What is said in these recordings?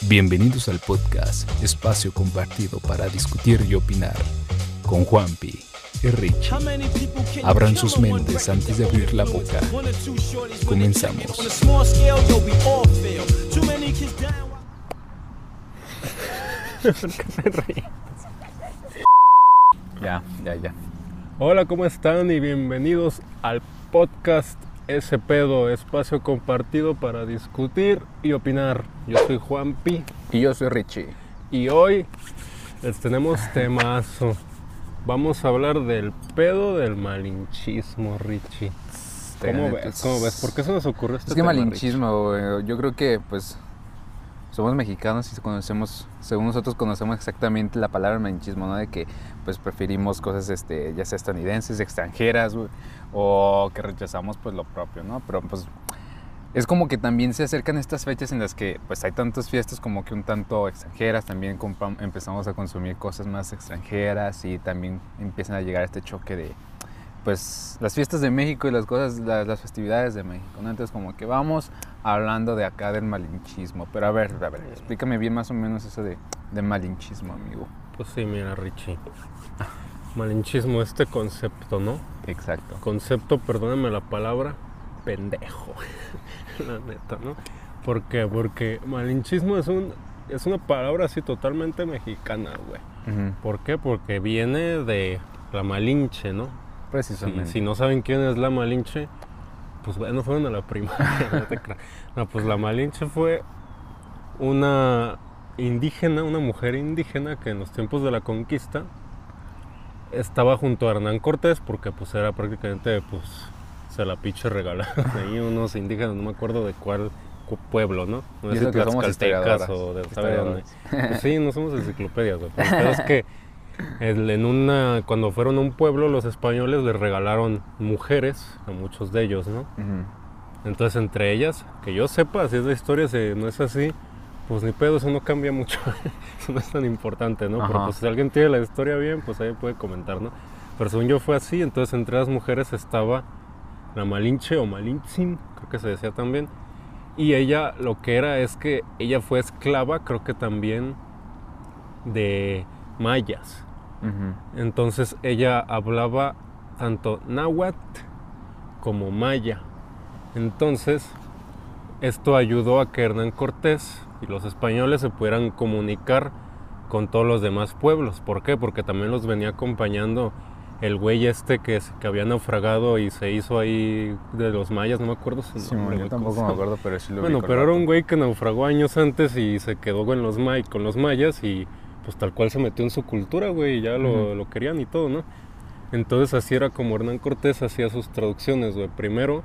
Bienvenidos al podcast, espacio compartido para discutir y opinar, con Juanpi y Richie. Abran sus mentes antes de abrir la boca. Comenzamos. Ya. Hola, ¿cómo están? Y bienvenidos al podcast Ese Pedo, espacio compartido para discutir y opinar. Yo soy Juanpi. Y yo soy Richie. Y hoy les tenemos temazo. Vamos a hablar del pedo del malinchismo, Richie. ¿Cómo ves? ¿Por qué se nos ocurre este tema, malinchismo, güey? Yo creo que, pues, somos mexicanos y conocemos, según nosotros conocemos exactamente la palabra malinchismo, ¿no? De que, pues, preferimos cosas, ya sea estadounidenses, extranjeras, güey, o que rechazamos, pues, lo propio, ¿no? Pero, pues, es como que también se acercan estas fechas en las que, pues, hay tantas fiestas como que un tanto extranjeras, también empezamos a consumir cosas más extranjeras y también empiezan a llegar este choque de, pues, las fiestas de México y las cosas, las festividades de México, ¿no? Entonces, como que vamos hablando de acá del malinchismo. Pero a ver, explícame bien más o menos eso de malinchismo, amigo. Pues sí, mira, Richie. Malinchismo, este concepto, ¿no? Exacto. Concepto, perdóname la palabra, pendejo. La neta, ¿no? ¿Por qué? Porque malinchismo es una palabra así totalmente mexicana, güey. Uh-huh. ¿Por qué? Porque viene de la Malinche, ¿no? Precisamente. Si no saben quién es la Malinche, pues bueno, fueron a la primaria. No te creas. No, pues la Malinche fue una indígena, una mujer indígena que en los tiempos de la conquista estaba junto a Hernán Cortés, porque pues era prácticamente, pues, se la pinche regalaron ahí unos indígenas, no me acuerdo de cuál pueblo, ¿no? No sé si Tlaxcaltecas o de saber dónde. Pues sí, no somos enciclopedias, güey. Pero es que cuando fueron a un pueblo, los españoles les regalaron mujeres a muchos de ellos, ¿no? Uh-huh. Entonces, entre ellas, que yo sepa, si es la historia, si no es así, pues ni pedo, eso no cambia mucho. Eso no es tan importante, ¿no? Ajá. Pero pues si alguien tiene la historia bien, pues ahí puede comentar, ¿no? Pero según yo fue así. Entonces, entre las mujeres estaba la Malinche o Malintzin, creo que se decía también. Y ella, lo que era es que ella fue esclava, creo que también, de mayas. Uh-huh. Entonces ella hablaba tanto náhuatl como maya. Entonces esto ayudó a que Hernán Cortés y los españoles se pudieran comunicar con todos los demás pueblos. ¿Por qué? Porque también los venía acompañando el güey que había naufragado y se hizo ahí de los mayas, no me acuerdo su nombre. Sí, yo tampoco me acuerdo, pero sí lo vi. Bueno, pero era un güey que naufragó años antes y se quedó con los mayas y pues tal cual se metió en su cultura, güey, y ya lo querían y todo, ¿no? Entonces así era como Hernán Cortés hacía sus traducciones, güey. Primero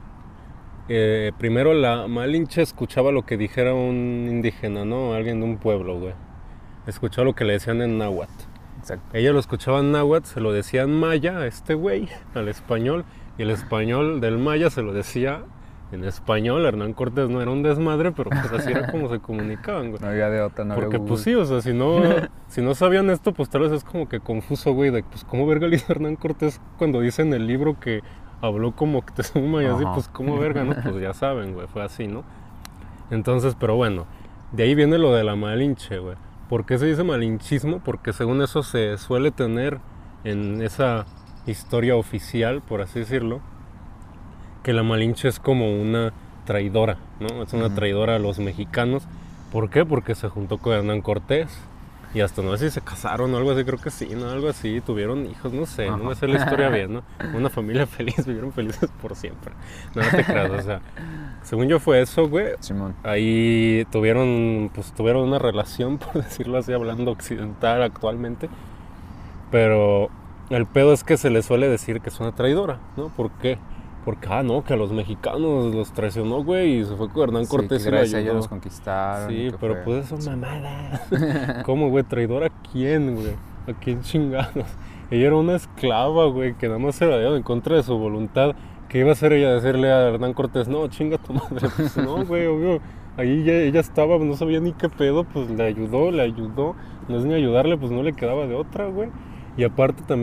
la Malinche escuchaba lo que dijera un indígena, ¿no? Alguien de un pueblo, güey. Escuchaba lo que le decían en náhuatl. Exacto. Ella lo escuchaba en náhuatl, se lo decía en maya a este güey, al español, y el español del maya se lo decía en español. Hernán Cortés no era un desmadre, pero pues así era como se comunicaban, güey. No había de otra, no había Porque Google. pues sí, o sea, si no sabían esto, pues tal vez es como que confuso, güey, de pues cómo verga le hizo Hernán Cortés cuando dice en el libro que habló como Moctezuma y así, pues cómo verga, ¿no? Pues ya saben, güey, fue así, ¿no? Entonces, pero bueno, de ahí viene lo de la Malinche, güey. ¿Por qué se dice malinchismo? Porque según eso se suele tener en esa historia oficial, por así decirlo, que la Malinche es como una traidora, ¿no? Es una traidora a los mexicanos. ¿Por qué? Porque se juntó con Hernán Cortés y hasta no sé si se casaron o algo así, creo que sí, ¿no? Algo así, tuvieron hijos, no sé, no me sé la historia bien, ¿no? Una familia feliz, vivieron felices por siempre. No te creas, o sea, según yo fue eso, güey. Simón. Ahí tuvieron una relación, por decirlo así, hablando occidental actualmente. Pero el pedo es que se le suele decir que es una traidora, ¿no? ¿Por qué? Porque, que a los mexicanos los traicionó, güey, y se fue con Hernán Cortés y que lo gracias a ayudó. ellos los conquistaron. Sí, pero pues eso mamada. ¿Cómo, güey? ¿Traidora a quién, güey? ¿A quién chingados? Ella era una esclava, güey, que nada más se la dieron en contra de su voluntad. ¿Qué iba a hacer ella? Decirle a Hernán Cortés, no, chinga tu madre. Pues no, güey, obvio. Ahí ella estaba, no sabía ni qué pedo, pues le ayudó. No es ni ayudarle, pues no le quedaba de otra, güey. Y aparte también,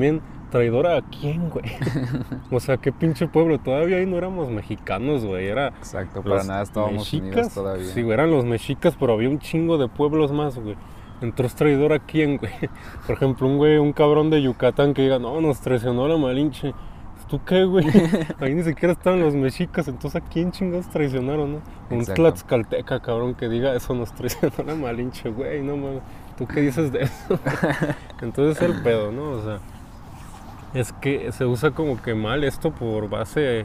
¿traidora a quién, güey? O sea, qué pinche pueblo. Todavía ahí no éramos mexicanos, güey. Era exacto, para nada estábamos unidos todavía. Sí, güey, eran los mexicas, pero había un chingo de pueblos más, güey. Entonces, ¿traidor a quién, güey? Por ejemplo, un cabrón de Yucatán que diga, no, nos traicionó la Malinche. ¿Tú qué, güey? Ahí ni siquiera estaban los mexicas, entonces ¿a quién chingados traicionaron, no? Un tlaxcalteca, cabrón, que diga eso, nos traicionó la Malinche, güey, no mames. ¿Tú qué dices de eso? Entonces el pedo, ¿no? O sea, es que se usa como que mal esto con base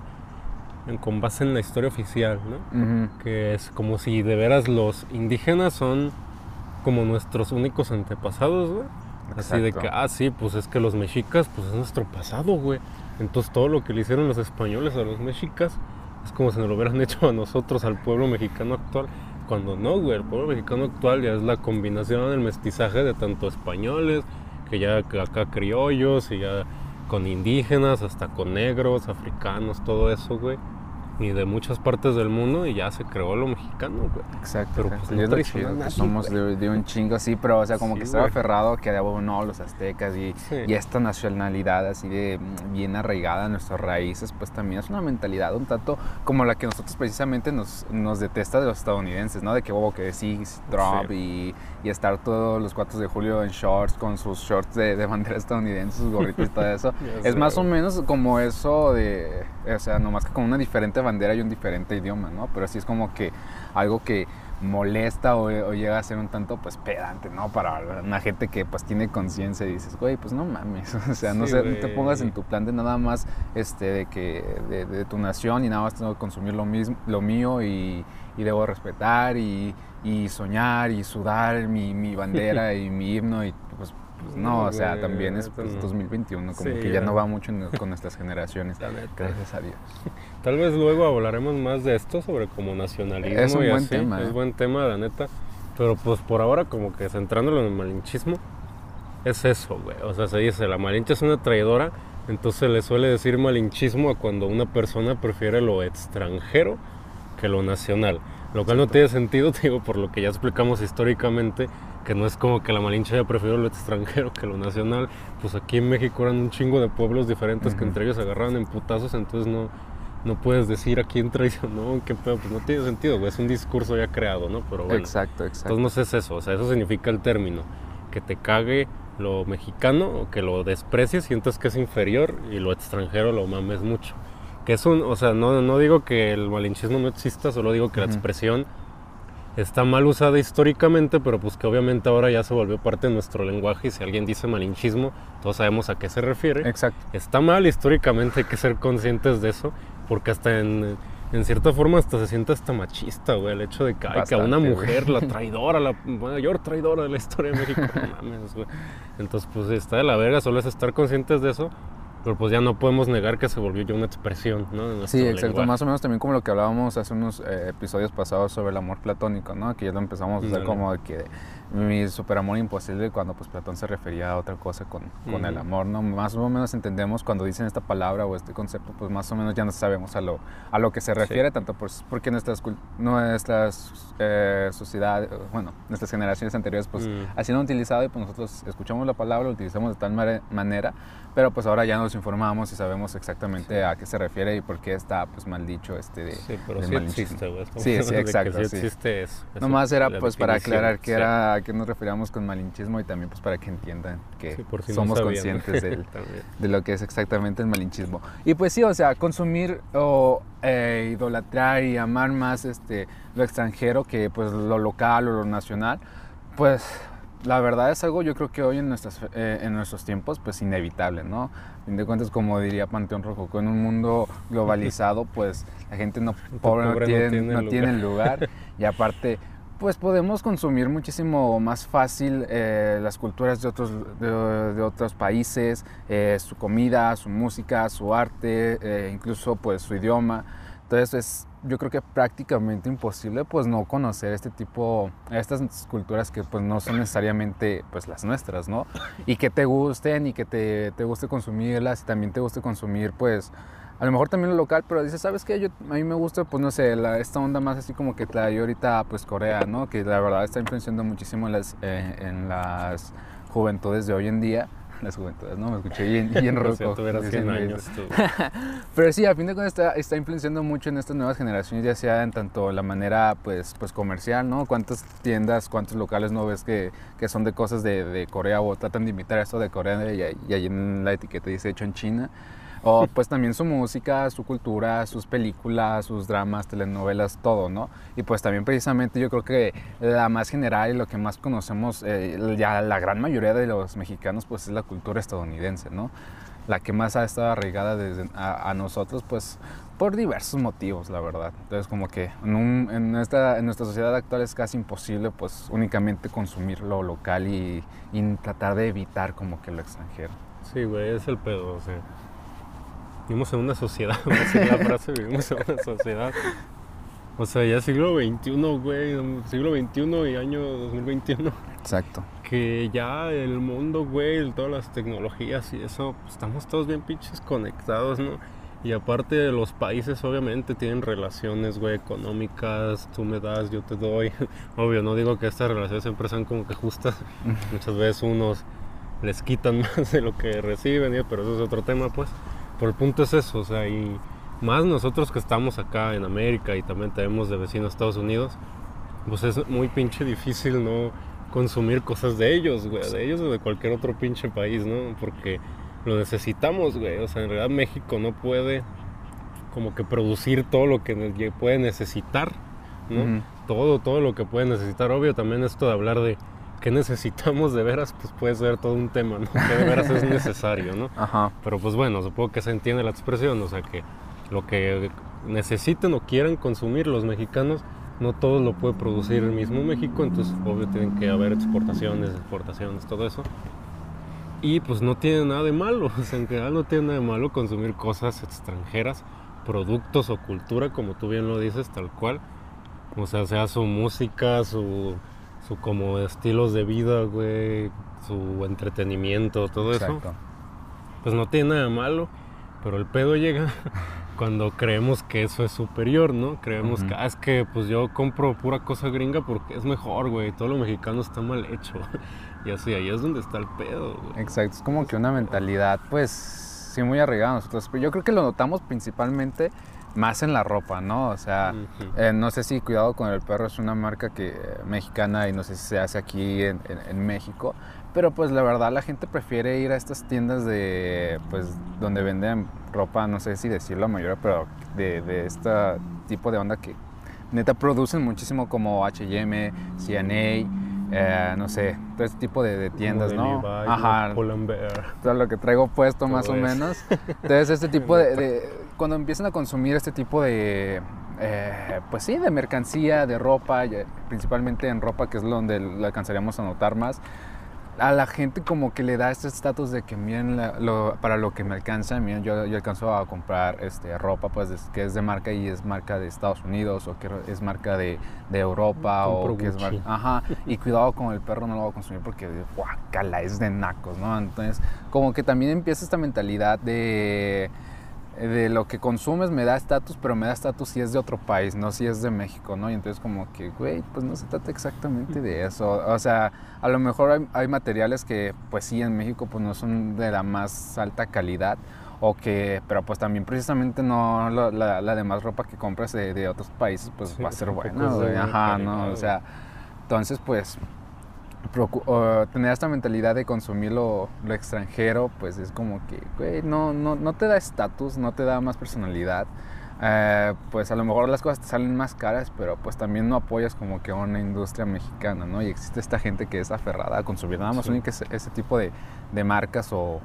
en la historia oficial, ¿no? Uh-huh. Que es como si de veras los indígenas son como nuestros únicos antepasados, güey. Así de que, sí, pues es que los mexicas, pues es nuestro pasado, güey. Entonces todo lo que le hicieron los españoles a los mexicas es como si nos lo hubieran hecho a nosotros, al pueblo mexicano actual. Cuando no, güey, el pueblo mexicano actual ya es la combinación del mestizaje de tanto españoles, que ya acá criollos, y ya con indígenas, hasta con negros, africanos, todo eso, güey. Y de muchas partes del mundo, y ya se creó lo mexicano, güey. Exacto. Pero pues no traicionó a nadie, somos de un chingo, sí, pero o sea, como que estaba aferrado que no, los aztecas y esta nacionalidad así de bien arraigada a nuestras raíces, pues también es una mentalidad un tanto como la que nosotros precisamente nos detesta de los estadounidenses, ¿no? De que sí, Trump y estar todos los 4 de julio en shorts, con sus shorts de bandera estadounidense, sus gorritos y todo eso. Es más o menos como eso de, o sea, nomás que con una diferente bandera y un diferente idioma, ¿no? Pero sí es como que algo que molesta o llega a ser un tanto, pues, pedante, ¿no? Para una gente que, pues, tiene conciencia y dices, güey, pues, no mames, o sea, no te pongas en tu plan de nada más, de tu nación y nada más tengo que consumir lo mío y debo respetar y soñar y sudar mi bandera y mi himno y, pues no, o sea, también es 2021, como que ya no va mucho con nuestras generaciones, gracias a Dios. Tal vez luego hablaremos más de esto, sobre como nacionalismo. Es un y buen así. tema. Es buen tema, la neta. Pero pues por ahora como que centrándolo en el malinchismo, es eso, güey. O sea, se dice, la Malinche es una traidora, entonces le suele decir malinchismo a cuando una persona prefiere lo extranjero que lo nacional. Lo cual no tiene sentido, te digo, por lo que ya explicamos históricamente, que no es como que la Malinche haya preferido lo extranjero que lo nacional. Pues aquí en México eran un chingo de pueblos diferentes que entre ellos se agarraban en putazos, entonces no puedes decir a quién traicionó, qué pedo, pues no tiene sentido, güey, es un discurso ya creado, ¿no? Pero bueno, exacto. Entonces no es eso, o sea, eso significa el término, que te cague lo mexicano o que lo desprecies, sientas que es inferior y lo extranjero lo mames mucho. Que es o sea, no digo que el malinchismo no exista, solo digo que la expresión está mal usada históricamente, pero pues que obviamente ahora ya se volvió parte de nuestro lenguaje y si alguien dice malinchismo, todos sabemos a qué se refiere. Exacto. Está mal históricamente, hay que ser conscientes de eso, porque hasta en cierta forma hasta se siente hasta machista, güey, el hecho de que, que a una mujer, güey, la traidora, la mayor traidora de la historia de México, no mames, güey. Entonces, pues está de la verga, solo es estar conscientes de eso. Pero pues ya no podemos negar que se volvió ya una expresión, ¿no? De sí, exacto. lenguaje. Más o menos también como lo que hablábamos hace unos episodios pasados sobre el amor platónico, ¿no? Que ya lo empezamos a hacer como de que mi superamor imposible cuando pues Platón se refería a otra cosa con el amor, ¿no? Más o menos entendemos cuando dicen esta palabra o este concepto, pues más o menos ya no sabemos a lo que se refiere, tanto porque nuestras sociedades, bueno, nuestras generaciones anteriores pues así lo han utilizado y pues nosotros escuchamos la palabra, lo utilizamos de tal manera, pero pues ahora ya nos informamos y sabemos exactamente a qué se refiere y por qué está pues mal dicho Sí, pero sí existe, güey. Sí, exacto. Sí existe eso. Nomás era pues para aclarar que era a qué nos referíamos con malinchismo y también pues para que entiendan que si somos conscientes de lo que es exactamente el malinchismo. Y pues sí, o sea, consumir o idolatrar y amar más lo extranjero que pues lo local o lo nacional, pues la verdad es algo yo creo que hoy en nuestros tiempos pues inevitable, ¿no? A fin de cuentas, como diría Panteón Rococó, en un mundo globalizado pues la gente pobre no tiene lugar y aparte pues podemos consumir muchísimo más fácil las culturas de otros países, su comida, su música, su arte, incluso pues su idioma. Entonces yo creo que prácticamente imposible pues no conocer estas culturas que pues no son necesariamente pues las nuestras, ¿no? Y que te gusten y que te guste consumirlas y también te guste consumir pues a lo mejor también lo local, pero dices, ¿sabes qué? A mí me gusta, pues no sé, esta onda más así como que trae ahorita pues Corea, ¿no? Que la verdad está influenciando muchísimo en las juventudes de hoy en día. las juventudes, ¿no? Me escuché bien roco. Si tuvieras 100 años tú. Pero sí, a fin de cuentas está influenciando mucho en estas nuevas generaciones, ya sea en tanto la manera pues comercial, ¿no? Cuántas tiendas, cuántos locales no ves que son de cosas de Corea o tratan de imitar esto de Corea y ahí en la etiqueta dice hecho en China. O pues también su música, su cultura, sus películas, sus dramas, telenovelas, todo, ¿no? Y pues también precisamente yo creo que la más general y lo que más conocemos, ya la gran mayoría de los mexicanos, pues es la cultura estadounidense, ¿no? La que más ha estado arraigada a nosotros, pues por diversos motivos, la verdad. Entonces como que en nuestra sociedad actual es casi imposible pues únicamente consumir lo local y tratar de evitar como que lo extranjero. Sí, güey, es el pedo, o sea. Vivimos en una sociedad, voy a decir la frase, vivimos en una sociedad. O sea, ya siglo XXI, güey, siglo XXI y año 2021. Exacto. Que ya el mundo, güey, todas las tecnologías y eso, pues, estamos todos bien pinches conectados, ¿no? Y aparte los países obviamente tienen relaciones, güey, económicas, tú me das, yo te doy. Obvio, no digo que estas relaciones siempre sean como que justas. Muchas veces unos les quitan más de lo que reciben, pero eso es otro tema, pues. Pero el punto es eso, o sea, y más nosotros que estamos acá en América y también tenemos de vecinos Estados Unidos, pues es muy pinche difícil no consumir cosas de ellos, güey, de ellos o de cualquier otro pinche país, ¿no? Porque lo necesitamos, güey, o sea, en realidad México no puede como que producir todo lo que puede necesitar, ¿no? Todo lo que puede necesitar. Obvio, también esto de hablar de qué necesitamos de veras, pues puede ser todo un tema, ¿no? Que de veras es necesario, ¿no? Ajá. Pero pues bueno, supongo que se entiende la expresión, o sea que lo que necesiten o quieran consumir los mexicanos, no todo lo puede producir el mismo México, entonces obvio tienen que haber exportaciones, todo eso. Y pues no tiene nada de malo, o sea, en general no tiene nada de malo consumir cosas extranjeras, productos o cultura, como tú bien lo dices, tal cual. O sea su música, su como estilos de vida, güey, su entretenimiento, todo Exacto. eso. Pues no tiene nada de malo, pero el pedo llega cuando creemos que eso es superior, ¿no? Creemos que, es que pues yo compro pura cosa gringa porque es mejor, güey, todo lo mexicano está mal hecho. Y así, ahí es donde está el pedo, güey. Exacto, es como que una mentalidad, pues, sí muy arraigada a nosotros. Pero yo creo que lo notamos principalmente más en la ropa, ¿no? O sea, no sé si Cuidado con el Perro es una marca mexicana y no sé si se hace aquí en México, pero pues la verdad la gente prefiere ir a estas tiendas pues donde venden ropa, no sé si decir la mayoría, pero de este tipo de onda que neta producen muchísimo, como H&M, C&A, no sé, todo este tipo de tiendas, ¿no? Levi, ajá, todo lo que traigo puesto todo más o menos. Entonces este tipo cuando empiezan a consumir este tipo de, pues sí, de mercancía, de ropa, principalmente en ropa, que es donde lo alcanzaríamos a notar más, a la gente como que le da este estatus de que miren para lo que me alcanza, miren, yo alcanzo a comprar ropa pues que es de marca y es marca de Estados Unidos o que es marca de Europa o que es marca, ajá, y Cuidado con el Perro no lo voy a consumir porque guácala, es de nacos, ¿no? Entonces como que también empieza esta mentalidad de lo que consumes me da estatus, pero me da estatus si es de otro país, no si es de México, ¿no? Y entonces como que, güey, pues no se trata exactamente de eso. O sea, a lo mejor hay materiales que, pues sí, en México pues no son de la más alta calidad, pero pues también precisamente no la demás ropa que compras de otros países pues sí, va a ser buena, güey. Ajá, ¿no? O sea, entonces pues tener esta mentalidad de consumir lo extranjero, pues es como que, güey, no te da estatus, no te da más personalidad. Pues a lo mejor las cosas te salen más caras, pero pues también no apoyas como que a una industria mexicana, ¿no? Y existe esta gente que es aferrada a consumir nada más único ese tipo de marcas o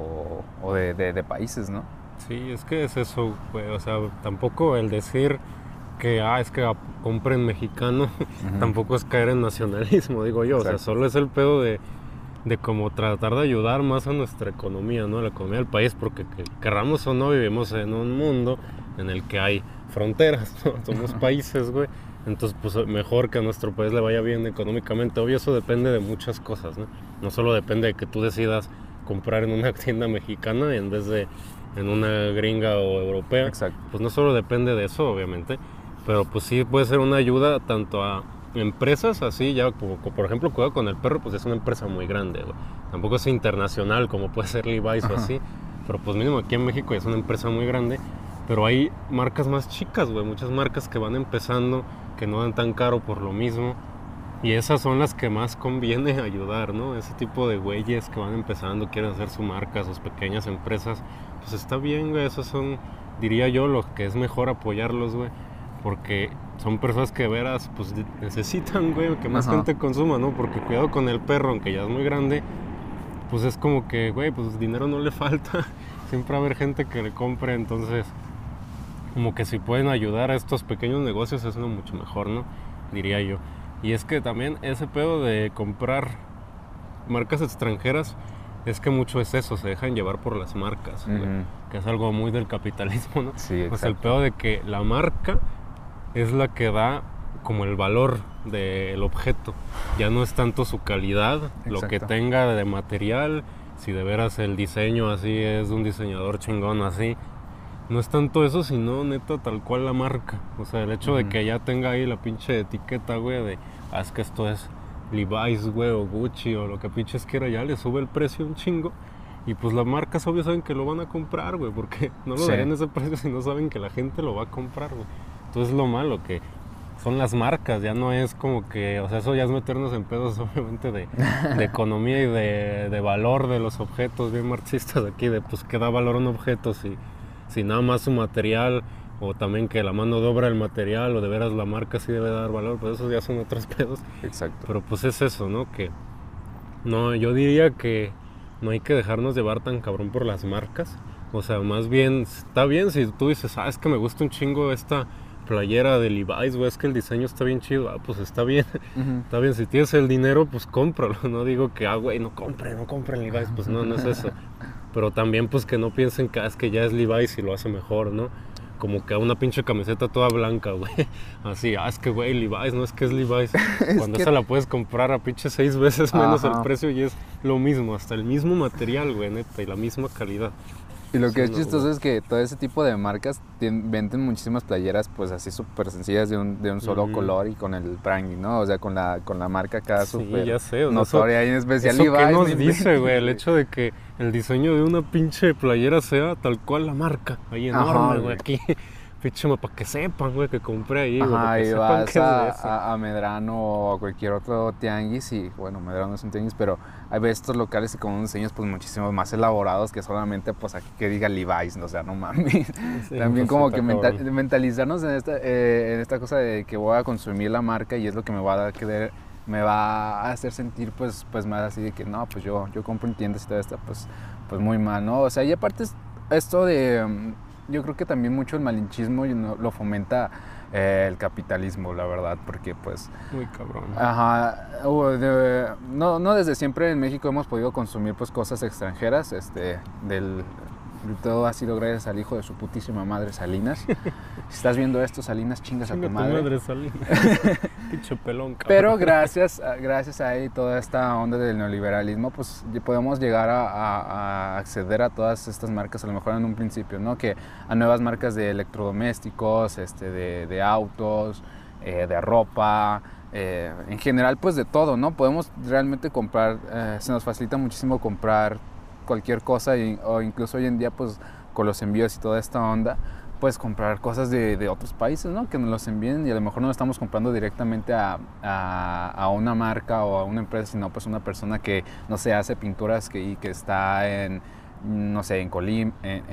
de países, ¿no? Sí, es que es eso, güey, o sea, tampoco el decir que es que compren mexicano, tampoco es caer en nacionalismo, digo yo. Exacto. O sea, solo es el pedo de como tratar de ayudar más a nuestra economía, ¿no? La economía del país, porque querramos o no, vivimos en un mundo en el que hay fronteras, ¿no? Somos países, güey. Entonces, pues mejor que a nuestro país le vaya bien económicamente. Obvio, eso depende de muchas cosas, ¿no? No solo depende de que tú decidas comprar en una tienda mexicana en vez de en una gringa o europea. Exacto. Pues no solo depende de eso, obviamente, pero pues sí puede ser una ayuda tanto a empresas así, ya como por ejemplo Cuidado con el Perro, pues es una empresa muy grande, güey. Tampoco es internacional como puede ser Levi's o así, pero pues mínimo aquí en México es una empresa muy grande. Pero hay marcas más chicas, güey, muchas marcas que van empezando, que no dan tan caro por lo mismo. Y esas son las que más conviene ayudar, ¿no? Ese tipo de güeyes que van empezando, quieren hacer su marca, sus pequeñas empresas. Pues está bien, güey, esos son, diría yo, lo que es mejor apoyarlos, güey. Porque son personas que veras, pues necesitan, güey, que más gente consuma, ¿no? Porque Cuidado con el Perro, aunque ya es muy grande, pues es como que, güey, pues dinero no le falta. Siempre va a haber gente que le compre, entonces como que si pueden ayudar a estos pequeños negocios es lo mucho mejor, ¿no? Diría yo. Y es que también ese pedo de comprar marcas extranjeras es que mucho es eso, se dejan llevar por las marcas, que es algo muy del capitalismo, ¿no? Sí, pues el pedo de que la marca es la que da como el valor del objeto, ya no es tanto su calidad, lo que tenga de material, si de veras el diseño así es de un diseñador chingón así. No es tanto eso, sino neta tal cual la marca. O sea, el hecho de que ya tenga ahí la pinche etiqueta, güey, de es que esto es Levi's, güey, o Gucci, o lo que pinches quiera, ya le sube el precio un chingo. Y pues las marcas obvio saben que lo van a comprar, güey, porque no lo darían ese precio si no saben que la gente lo va a comprar, güey. Entonces lo malo que son las marcas, ya no es como que, o sea, eso ya es meternos en pedos obviamente de economía y de valor de los objetos, bien marxistas aquí, de pues que da valor a un objeto si nada más su material, o también que la mano de obra del material, o de veras la marca sí debe dar valor, pues esos ya son otros pedos. Exacto. Pero pues es eso, ¿no? Que no, yo diría que no hay que dejarnos llevar tan cabrón por las marcas. O sea, más bien, está bien si tú dices, es que me gusta un chingo esta playera de Levi's, güey, es que el diseño está bien chido, pues está bien. Está bien, si tienes el dinero, pues cómpralo. No digo que, güey, no compren Levi's, pues no es eso. Pero también pues que no piensen que es que ya es Levi's y lo hace mejor, ¿no? Como que una pinche camiseta toda blanca, güey. Así, es que güey, Levi's, no es que es Levi's. Cuando esa la puedes comprar a pinche 6 veces menos el precio y es lo mismo, hasta el mismo material, güey, neta, y la misma calidad. Y lo que es chistoso es que todo ese tipo de marcas venden muchísimas playeras pues así súper sencillas de un solo color y con el branding, ¿no? O sea, con la marca acá súper notoria y en especial ¿eso Levi's. ¿Qué nos dice, güey? El hecho de que el diseño de una pinche playera sea tal cual la marca, ahí enorme, güey, aquí. Pinche, para que sepan, güey, que compré ahí, güey. Ajá, y vas a Medrano o a cualquier otro tianguis y, bueno, Medrano es un tianguis, pero hay estos locales y con unos diseños pues muchísimo más elaborados que solamente pues aquí que diga Levi's, o sea, no mames. Sí, también como que mentalizarnos en esta cosa de que voy a consumir la marca y es lo que me va a hacer sentir pues más así de que no, pues yo compro en tiendas y todo esto pues muy mal, ¿no? O sea, y aparte esto de... Yo creo que también mucho el malinchismo lo fomenta el capitalismo, la verdad, porque pues... Muy cabrón. Ajá, no desde siempre en México hemos podido consumir pues cosas extranjeras, todo ha sido gracias al hijo de su putísima madre Salinas. Si estás viendo esto, Salinas, chingas a tu madre. Madre Salinas. Pinche pelón, cabrón. Pero gracias a él y toda esta onda del neoliberalismo, pues podemos llegar a acceder a todas estas marcas, a lo mejor en un principio, ¿no? Que a nuevas marcas de electrodomésticos, de autos, de ropa, en general, pues de todo, ¿no? Podemos realmente comprar, se nos facilita muchísimo comprar cualquier cosa o incluso hoy en día pues con los envíos y toda esta onda pues comprar cosas de otros países, ¿no? Que nos los envíen y a lo mejor no lo estamos comprando directamente a una marca o a una empresa, sino pues una persona que no sé, hace pinturas y que está en no sé, en Colima,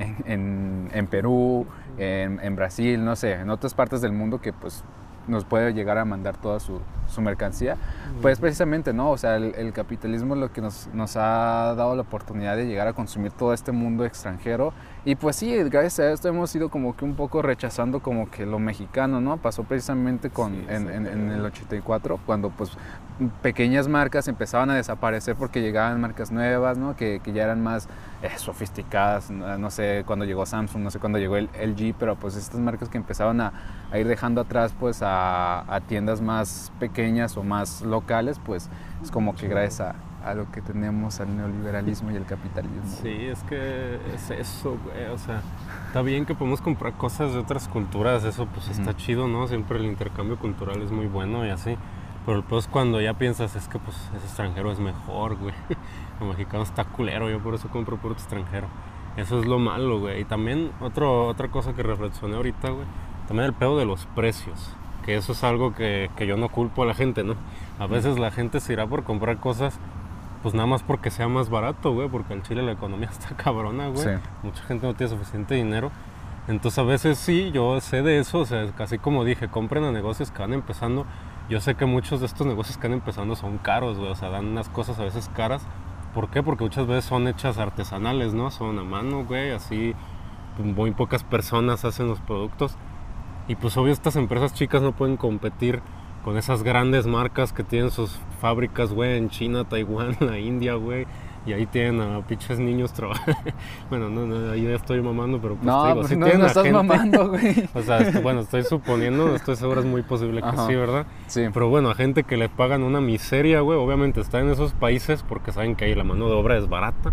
en Perú, en Brasil, no sé, en otras partes del mundo que pues nos puede llegar a mandar toda su mercancía, pues precisamente, ¿no? O sea, el capitalismo es lo que nos ha dado la oportunidad de llegar a consumir todo este mundo extranjero y pues sí, gracias a esto hemos ido como que un poco rechazando como que lo mexicano, ¿no? Pasó precisamente en el 84, cuando pues pequeñas marcas empezaban a desaparecer porque llegaban marcas nuevas, ¿no? Que ya eran más sofisticadas, no sé cuándo llegó Samsung, no sé cuándo llegó el LG, pero pues estas marcas que empezaban a ir dejando atrás pues a tiendas más pequeñas o más locales, pues es como que gracias a lo que tenemos al neoliberalismo y el capitalismo. Sí, es que es eso, güey, o sea, está bien que podemos comprar cosas de otras culturas, eso pues está chido, ¿no? Siempre el intercambio cultural es muy bueno y así. Pero el peor es cuando ya piensas, es que pues ese extranjero es mejor, güey. El mexicano está culero, yo por eso compro producto extranjero. Eso es lo malo, güey. Y también otra cosa que reflexioné ahorita, güey, también el pedo de los precios. Que eso es algo que yo no culpo a la gente, ¿no? A veces la gente se irá por comprar cosas, pues nada más porque sea más barato, güey. Porque en Chile la economía está cabrona, güey. Sí. Mucha gente no tiene suficiente dinero. Entonces a veces sí, yo sé de eso. O sea, casi como dije, compren a negocios que van empezando. Yo sé que muchos de estos negocios que van empezando son caros, güey. O sea, dan unas cosas a veces caras. ¿Por qué? Porque muchas veces son hechas artesanales, ¿no? Son a mano, güey, así muy pocas personas hacen los productos. Y pues obvio estas empresas chicas no pueden competir con esas grandes marcas que tienen sus fábricas, güey, en China, Taiwán, la India, güey. Y ahí tienen a pinches niños trabajando. Bueno, no, ahí ya estoy mamando, pero pues no, te digo, pues si no, tienen no a estás gente, mamando, güey. O sea, bueno, estoy suponiendo, no estoy seguro, es muy posible que Ajá. sí, ¿verdad? Sí. Pero bueno, a gente que le pagan una miseria, güey, obviamente está en esos países porque saben que ahí la mano de obra es barata.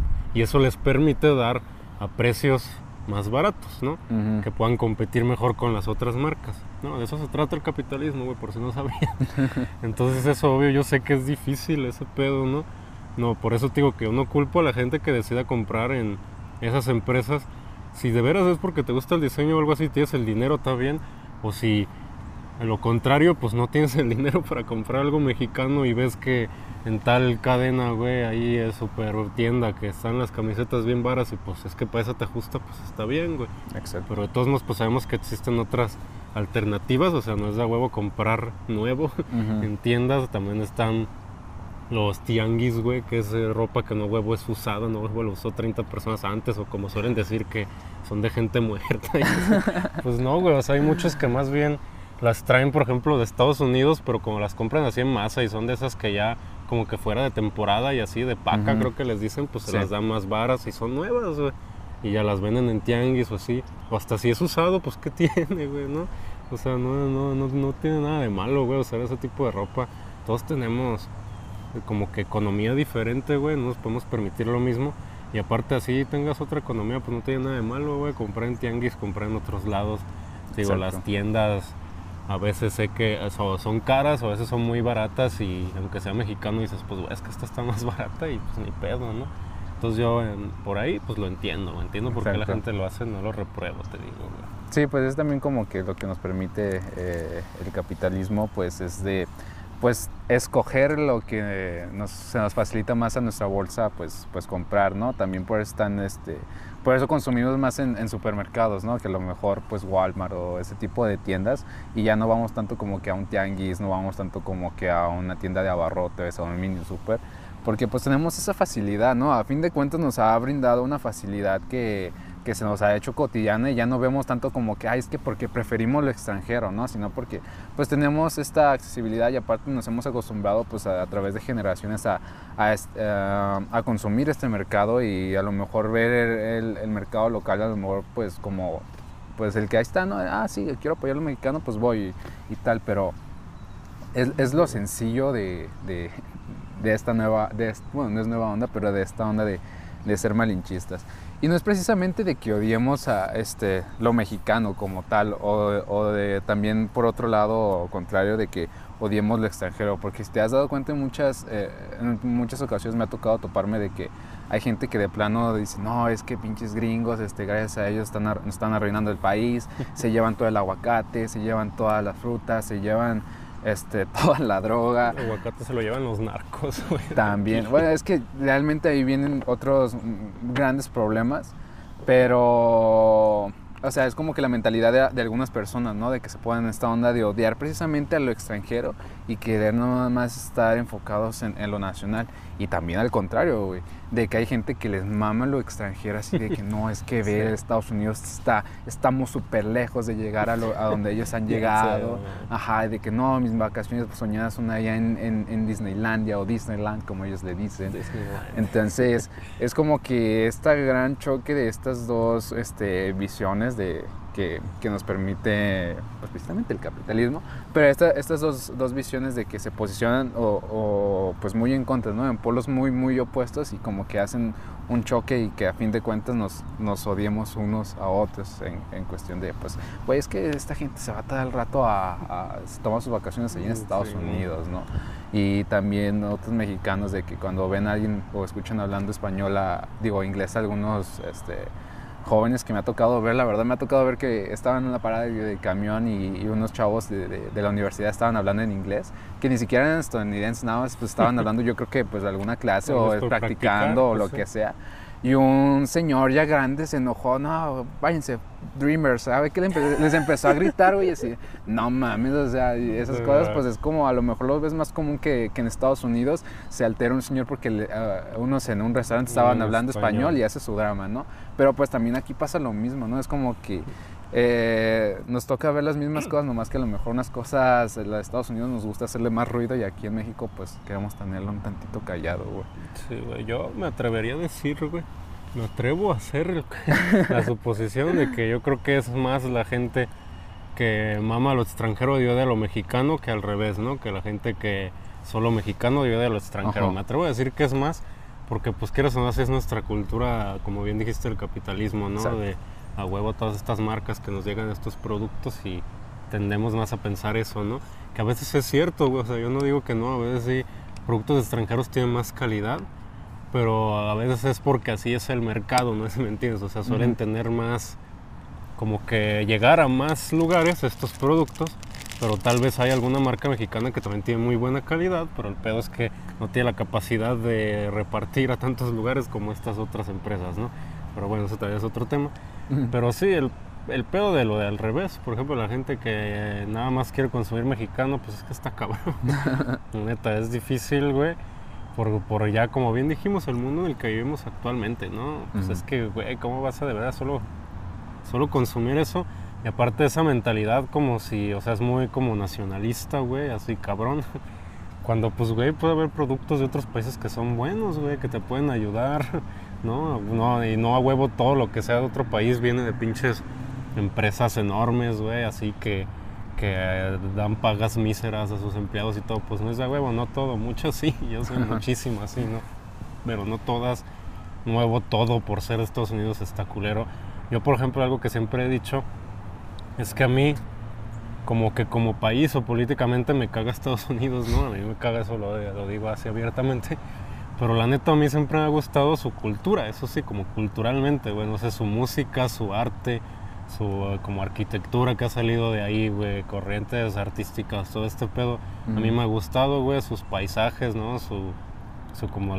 Y eso les permite dar a precios más baratos, ¿no? Uh-huh. Que puedan competir mejor con las otras marcas. No, de eso se trata el capitalismo, güey, por si no sabían. Entonces eso, obvio, yo sé que es difícil ese pedo, ¿no? No, por eso te digo que yo no culpo a la gente que decida comprar en esas empresas. Si de veras es porque te gusta el diseño o algo así, tienes el dinero, está bien. O si, a lo contrario, pues no tienes el dinero para comprar algo mexicano y ves que en tal cadena, güey, ahí es super tienda que están las camisetas bien varas y pues es que para eso te ajusta, pues está bien, güey. Exacto. Pero de todos modos, pues sabemos que existen otras alternativas, o sea, no es de huevo comprar nuevo. Uh-huh. En tiendas también están los tianguis, güey, que es ropa que no huevo es usada, no huevo lo usó 30 personas antes, o como suelen decir que son de gente muerta. Pues no, güey, o sea, hay muchos que más bien las traen, por ejemplo, de Estados Unidos, pero como las compran así en masa y son de esas que ya como que fuera de temporada y así de paca, uh-huh. creo que les dicen, pues se Sí. las dan más varas y son nuevas, güey. Y ya las venden en tianguis o así. O hasta si es usado, pues ¿qué tiene, güey, no? O sea, no tiene nada de malo, güey, usar ese tipo de ropa. Todos tenemos como que economía diferente, güey, no nos podemos permitir lo mismo. Y aparte así tengas otra economía, pues no tiene nada de malo, güey, comprar en tianguis, comprar en otros lados. Digo, Exacto. las tiendas a veces sé que son caras, o a veces son muy baratas y aunque sea mexicano dices, pues güey, es que esta está más barata y pues ni pedo, ¿no? Entonces yo por ahí pues lo entiendo por qué la Exacto. gente lo hace, no lo repruebo, te digo, güey. Sí, pues es también como que lo que nos permite el capitalismo, pues es de pues escoger lo que se nos facilita más a nuestra bolsa, pues comprar, ¿no? También por eso consumimos más en supermercados, ¿no? Que a lo mejor pues Walmart o ese tipo de tiendas, y ya no vamos tanto como que a un tianguis, no vamos tanto como que a una tienda de abarrotes o a un mini super, porque pues tenemos esa facilidad, ¿no? A fin de cuentas nos ha brindado una facilidad que se nos ha hecho cotidiana y ya no vemos tanto como que, es que porque preferimos lo extranjero, ¿no? Sino porque pues tenemos esta accesibilidad y aparte nos hemos acostumbrado pues a través de generaciones a consumir este mercado y a lo mejor ver el mercado local, a lo mejor pues como pues el que ahí está, ¿no? Sí, quiero apoyar a lo mexicano, pues voy y tal, pero es lo sencillo de esta nueva, bueno, no es nueva onda, pero de esta onda de ser malinchistas. Y no es precisamente de que odiemos a lo mexicano como tal, o de también por otro lado contrario de que odiemos lo extranjero, porque si te has dado cuenta en muchas ocasiones me ha tocado toparme de que hay gente que de plano dice, no, es que pinches gringos, gracias a ellos están arruinando el país, se llevan todo el aguacate, se llevan todas las frutas, se llevan toda la droga. El aguacate se lo llevan los narcos, güey. También. Bueno, es que realmente ahí vienen otros grandes problemas, pero o sea, es como que la mentalidad de algunas personas, ¿no? De que se ponen en esta onda de odiar precisamente a lo extranjero y querer nada más estar enfocados en lo nacional. Y también al contrario, güey, de que hay gente que les mama lo extranjero, así de que no, es que ver Estados Unidos estamos súper lejos de llegar a donde ellos han llegado. Ajá, de que no, mis vacaciones soñadas son allá en Disneylandia o Disneyland, como ellos le dicen. Entonces, es como que este gran choque de estas dos visiones que nos permite, pues, precisamente el capitalismo, pero estas dos visiones de que se posicionan pues muy en contra, ¿no? En polos muy, muy opuestos y como que hacen un choque y que a fin de cuentas nos odiemos unos a otros en cuestión de, pues, güey, es que esta gente se va todo el rato a tomar sus vacaciones allí en Estados Unidos, ¿no? Y también otros mexicanos de que cuando ven a alguien o escuchan hablando español, inglés, algunos jóvenes que me ha tocado ver, la verdad me ha tocado ver que estaban en la parada de camión y unos chavos de la universidad estaban hablando en inglés, que ni siquiera eran estadounidenses, nada más pues estaban hablando, yo creo que pues de alguna clase o practicando o lo que sea. Y un señor ya grande se enojó, no, váyanse, Dreamers, ¿sabe qué? Les empezó a gritar, güey, así, no mames, o sea, y esas cosas, pues es como, a lo mejor lo ves más común que en Estados Unidos se altera un señor porque unos en un restaurante estaban hablando español y hace su drama, ¿no? Pero pues también aquí pasa lo mismo, ¿no? Es como que nos toca ver las mismas cosas, nomás que a lo mejor unas cosas en Estados Unidos nos gusta hacerle más ruido y aquí en México pues queremos tenerlo un tantito callado, güey. Sí, güey, yo me atrevería a decir, güey, me atrevo a hacer la suposición de que yo creo que es más la gente que mama a lo extranjero y odia a lo mexicano que al revés, ¿no? Que la gente que solo mexicano y odia a lo extranjero. Ajá. Me atrevo a decir que es más porque pues quieras o no, así es nuestra cultura, como bien dijiste, el capitalismo, ¿no? Exacto. De a huevo todas estas marcas que nos llegan estos productos y tendemos más a pensar eso, ¿no? Que a veces es cierto, güey, o sea, yo no digo que no, a veces sí, productos extranjeros tienen más calidad, pero a veces es porque así es el mercado, ¿no? ¿Me entiendes? O sea, suelen tener más, como que llegar a más lugares estos productos, pero tal vez hay alguna marca mexicana que también tiene muy buena calidad, pero el pedo es que no tiene la capacidad de repartir a tantos lugares como estas otras empresas, ¿no? Pero bueno, eso también es otro tema. Pero sí, el pedo de lo de al revés, por ejemplo, la gente que nada más quiere consumir mexicano, pues es que está cabrón. Neta, es difícil, güey, por ya, como bien dijimos, el mundo en el que vivimos actualmente, ¿no? Pues es que, güey, ¿cómo vas a de verdad solo consumir eso? Y aparte esa mentalidad como si, o sea, es muy como nacionalista, güey, así cabrón. Cuando, pues, güey, puede haber productos de otros países que son buenos, güey, que te pueden ayudar, ¿no? Y no a huevo todo lo que sea de otro país viene de pinches empresas enormes, güey, así que dan pagas míseras a sus empleados y todo. Pues no es de huevo, no todo, muchas sí, yo sé muchísimas, así, ¿no? Pero no todas, nuevo todo por ser de Estados Unidos está culero. Yo, por ejemplo, algo que siempre he dicho es que a mí, como que como país o políticamente me caga Estados Unidos, ¿no? A mí me caga eso, lo digo así abiertamente. Pero la neta a mí siempre me ha gustado su cultura, eso sí, como culturalmente, güey. No sé, su música, su arte, su como arquitectura que ha salido de ahí, güey. Corrientes artísticas, todo este pedo. A mí me ha gustado, güey, sus paisajes, ¿no? Su como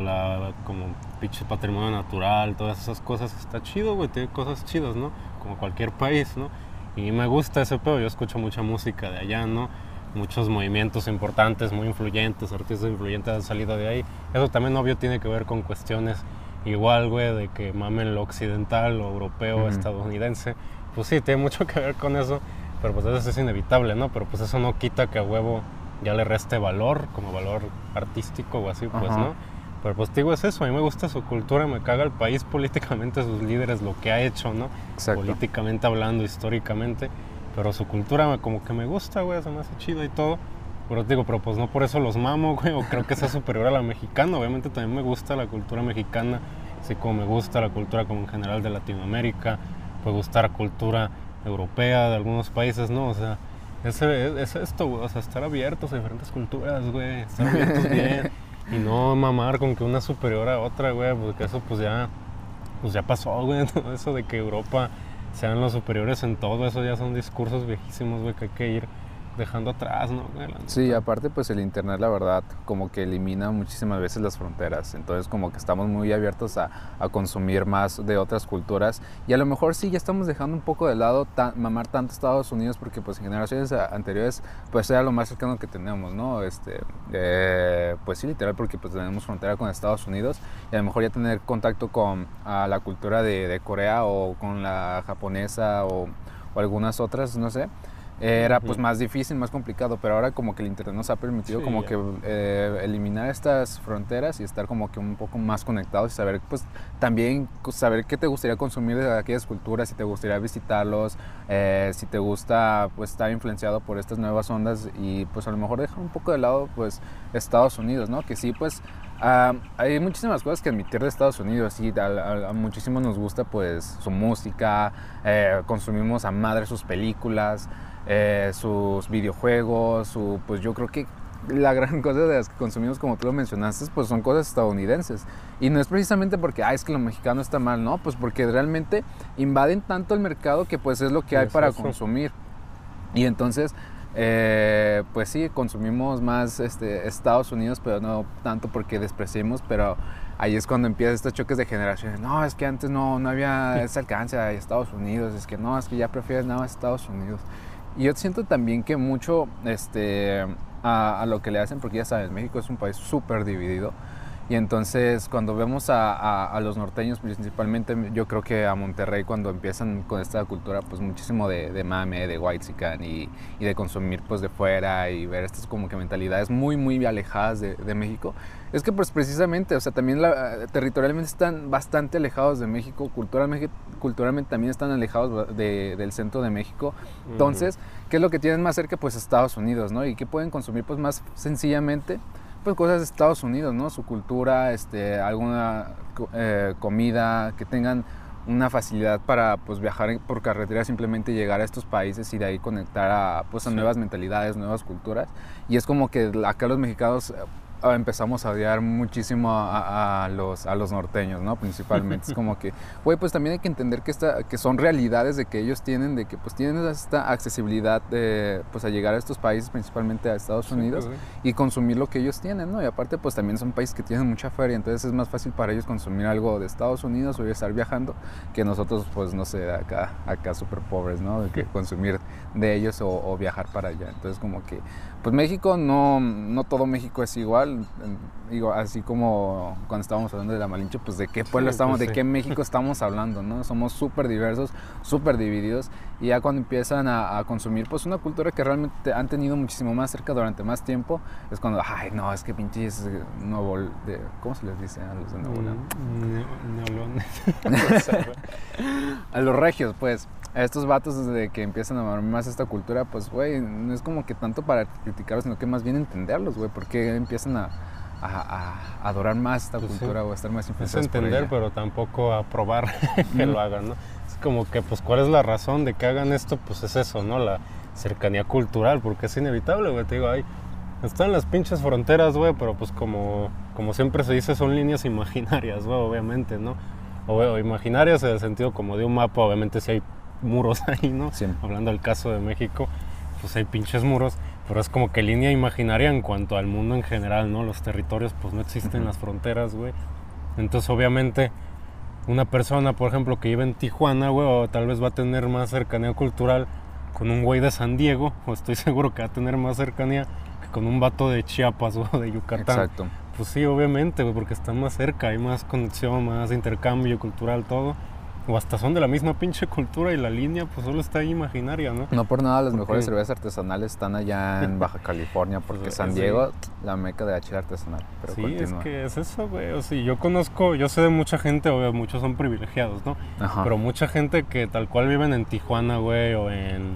pinche patrimonio natural, todas esas cosas. Está chido, güey, tiene cosas chidas, ¿no? Como cualquier país, ¿no? Y me gusta ese pedo, yo escucho mucha música de allá, ¿no? Muchos movimientos importantes, muy influyentes, artistas influyentes han salido de ahí. Eso también, obvio, tiene que ver con cuestiones igual, güey, de que mamen lo occidental, lo europeo, estadounidense. Pues sí, tiene mucho que ver con eso, pero pues eso es inevitable, ¿no? Pero pues eso no quita que a huevo ya le reste valor, como valor artístico o así, pues, ¿no? Pero pues digo, es eso, a mí me gusta su cultura, me caga el país políticamente, sus líderes, lo que ha hecho, ¿no? Exacto. Políticamente hablando, históricamente. Pero su cultura como que me gusta, güey, se me hace chido y todo. Pero digo, pero pues no por eso los mamo, güey, o creo que sea superior a la mexicana. Obviamente también me gusta la cultura mexicana, así como me gusta la cultura como en general de Latinoamérica, puede gustar la cultura europea de algunos países, ¿no? O sea, es esto, güey, o sea, estar abiertos a diferentes culturas, güey, estar abiertos bien y no mamar con que una es superior a otra, güey, porque eso pues ya pasó, güey, todo eso de que Europa sean los superiores en todo, eso ya son discursos viejísimos, güey, que hay que ir dejando atrás, ¿no? Sí, aparte pues el internet, la verdad, como que elimina muchísimas veces las fronteras, entonces como que estamos muy abiertos a consumir más de otras culturas y a lo mejor sí ya estamos dejando un poco de lado mamar tanto Estados Unidos porque pues en generaciones anteriores pues era lo más cercano que tenemos, ¿no? Pues sí, literal, porque pues tenemos frontera con Estados Unidos y a lo mejor ya tener contacto con la cultura de Corea o con la japonesa o algunas otras, no sé. era pues más difícil, más complicado, pero ahora como que el internet nos ha permitido como que eliminar estas fronteras y estar como que un poco más conectados y saber pues también saber qué te gustaría consumir de aquellas culturas, si te gustaría visitarlos, si te gusta pues estar influenciado por estas nuevas ondas y pues a lo mejor dejar un poco de lado pues Estados Unidos, ¿no? Que sí pues hay muchísimas cosas que admitir de Estados Unidos y a muchísimos nos gusta pues su música, consumimos a madre sus películas, sus videojuegos, pues yo creo que la gran cosa de las que consumimos, como tú lo mencionaste, pues son cosas estadounidenses. Y no es precisamente porque, es que lo mexicano está mal, no, pues porque realmente invaden tanto el mercado que pues es lo que hay para consumir. Y entonces, pues sí, consumimos más Estados Unidos, pero no tanto porque despreciemos, pero ahí es cuando empiezan estos choques de generaciones. No, es que antes no había ese alcance a Estados Unidos, es que no, es que ya prefieres nada más Estados Unidos. Y yo siento también que mucho a lo que le hacen, porque ya sabes, México es un país súper dividido. Y entonces cuando vemos a los norteños, principalmente yo creo que a Monterrey, cuando empiezan con esta cultura pues muchísimo de mame, de whitexican y de consumir pues de fuera y ver estas como que mentalidades muy muy alejadas de México, es que pues precisamente, o sea, también territorialmente están bastante alejados de México, culturalmente también están alejados del centro de México. Entonces, ¿qué es lo que tienen más cerca? Pues Estados Unidos, ¿no? Y ¿qué pueden consumir? Pues más sencillamente pues cosas de Estados Unidos, ¿no? Su cultura, alguna comida, que tengan una facilidad para pues viajar por carretera, simplemente llegar a estos países y de ahí conectar a nuevas mentalidades, nuevas culturas. Y es como que acá los mexicanos empezamos a odiar muchísimo a los norteños, ¿no? Principalmente. Es como que, güey, pues también hay que entender que son realidades de que ellos tienen, de que pues tienen esta accesibilidad pues a llegar a estos países, principalmente a Estados Unidos, y consumir lo que ellos tienen, ¿no? Y aparte pues también son países que tienen mucha feria, entonces es más fácil para ellos consumir algo de Estados Unidos o estar viajando que nosotros pues no sé, acá súper pobres, ¿no? De que consumir de ellos o viajar para allá. Entonces como que pues México, no todo México es igual, digo, así como cuando estábamos hablando de la Malinche, pues de qué pueblo estamos, de qué México estamos hablando, ¿no? Somos súper diversos, súper divididos, y ya cuando empiezan a consumir pues una cultura que realmente han tenido muchísimo más cerca durante más tiempo, es cuando, no, es que pinches ¿cómo se les dice a los de Nuevo León? A los regios, pues. A estos vatos desde que empiezan a amar más esta cultura, pues, güey, no es como que tanto para criticarlos, sino que más bien entenderlos, güey, porque empiezan a adorar más esta cultura o a estar más influenciados por ella. Es entender, pero tampoco aprobar que lo hagan, ¿no? Es como que, pues, ¿cuál es la razón de que hagan esto? Pues es eso, ¿no? La cercanía cultural, porque es inevitable, güey, te digo, están las pinches fronteras, güey, pero pues como siempre se dice, son líneas imaginarias, güey, obviamente, ¿no? O imaginarias en el sentido como de un mapa, obviamente si hay muros ahí, ¿no? Sí. Hablando del caso de México, pues hay pinches muros, pero es como que línea imaginaria en cuanto al mundo en general, ¿no? Los territorios, pues no existen las fronteras, güey. Entonces, obviamente, una persona, por ejemplo, que vive en Tijuana, güey, o tal vez va a tener más cercanía cultural con un güey de San Diego, o estoy seguro que va a tener más cercanía que con un vato de Chiapas o de Yucatán. Exacto. Pues sí, obviamente, güey, porque están más cerca, hay más conexión, más intercambio cultural, todo. O hasta son de la misma pinche cultura y la línea pues solo está ahí imaginaria, ¿no? No por nada las mejores cervezas artesanales están allá en Baja California, porque San Diego, la meca de la chela artesanal. Pero sí, continúa. Es que es eso, güey. O sea, yo sé de mucha gente, obvio, muchos son privilegiados, ¿no? Ajá. Pero mucha gente que tal cual viven en Tijuana, güey, o en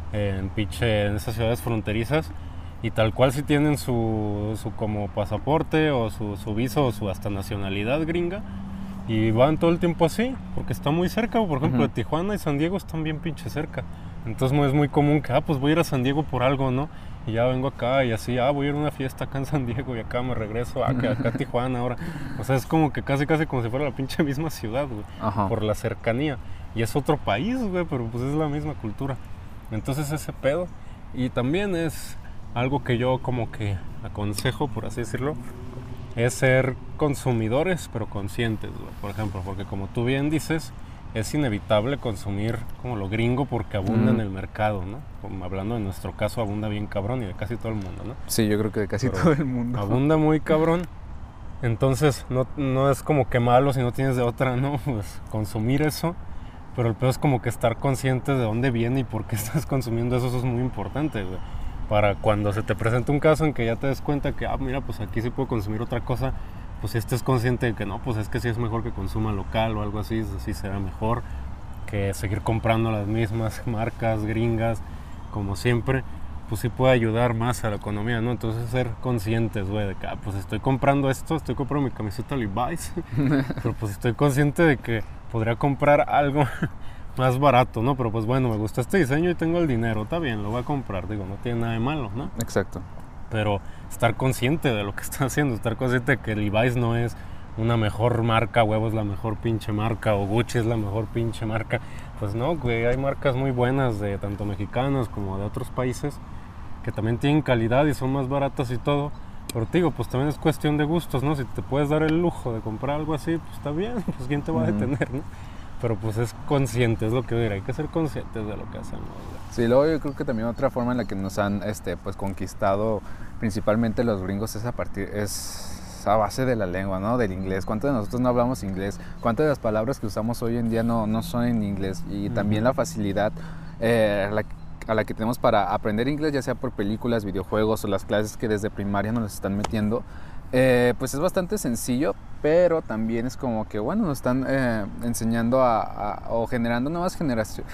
esas ciudades fronterizas, y tal cual si tienen su como pasaporte o su visa o su hasta nacionalidad gringa, y van todo el tiempo así, porque está muy cerca. Por ejemplo, de Tijuana y San Diego están bien pinche cerca. Entonces es muy común que, pues voy a ir a San Diego por algo, ¿no? Y ya vengo acá y así, voy a ir a una fiesta acá en San Diego y acá me regreso, que acá a Tijuana ahora. O sea, es como que casi como si fuera la pinche misma ciudad, güey. Ajá. Por la cercanía. Y es otro país, güey, pero pues es la misma cultura. Entonces ese pedo. Y también es algo que yo como que aconsejo, por así decirlo, es ser consumidores pero conscientes, güey, por ejemplo, porque como tú bien dices, es inevitable consumir como lo gringo porque abunda en el mercado, ¿no? Como hablando de nuestro caso, abunda bien cabrón y de casi todo el mundo, ¿no? Sí, yo creo que de casi todo el mundo. Abunda muy cabrón, entonces no es como que malo si no tienes de otra, ¿no? Pues consumir eso, pero el peor es como que estar consciente de dónde viene y por qué estás consumiendo eso es muy importante, güey. Para cuando se te presenta un caso en que ya te des cuenta que, mira, pues aquí sí puedo consumir otra cosa, pues si estés consciente de que no, pues es que sí es mejor que consuma local o algo así, sí será mejor que seguir comprando las mismas marcas gringas, como siempre, pues sí puede ayudar más a la economía, ¿no? Entonces ser conscientes, güey, de que, pues estoy comprando esto, estoy comprando mi camiseta Levi's, pero pues estoy consciente de que podría comprar algo más barato, ¿no? Pero pues bueno, me gusta este diseño y tengo el dinero, está bien, lo voy a comprar, digo, no tiene nada de malo, ¿no? Exacto. Pero estar consciente de lo que está haciendo, estar consciente de que Levi's no es una mejor marca, Huevo es la mejor pinche marca, o Gucci es la mejor pinche marca. Pues no, güey, hay marcas muy buenas de tanto mexicanas como de otros países que también tienen calidad y son más baratas y todo. Pero te digo, pues también es cuestión de gustos, ¿no? Si te puedes dar el lujo de comprar algo así, pues está bien, pues quién te va a detener, ¿no? Pero pues es consciente, es lo que diría, hay que ser conscientes de lo que hacemos, ¿no? Sí, luego yo creo que también otra forma en la que nos han pues conquistado principalmente los gringos es a base de la lengua, ¿no? Del inglés. ¿Cuántos de nosotros no hablamos inglés? ¿Cuántas de las palabras que usamos hoy en día no son en inglés? Y también la facilidad a la que tenemos para aprender inglés, ya sea por películas, videojuegos o las clases que desde primaria nos están metiendo, pues es bastante sencillo, pero también es como que, bueno, nos están enseñando o generando nuevas generaciones,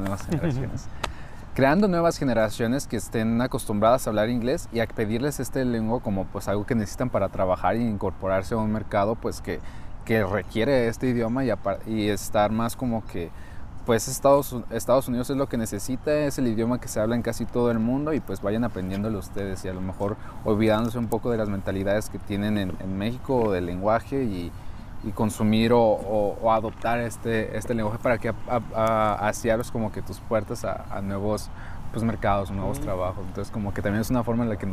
creando nuevas generaciones que estén acostumbradas a hablar inglés y a pedirles este lengua como pues algo que necesitan para trabajar y incorporarse a un mercado pues que requiere este idioma y estar más como que pues Estados Unidos es lo que necesita, es el idioma que se habla en casi todo el mundo y pues vayan aprendiéndolo ustedes y a lo mejor olvidándose un poco de las mentalidades que tienen en México o del lenguaje y consumir o adoptar este lenguaje para que así abres como que tus puertas a nuevos pues mercados, nuevos trabajos. Entonces como que también es una forma en la que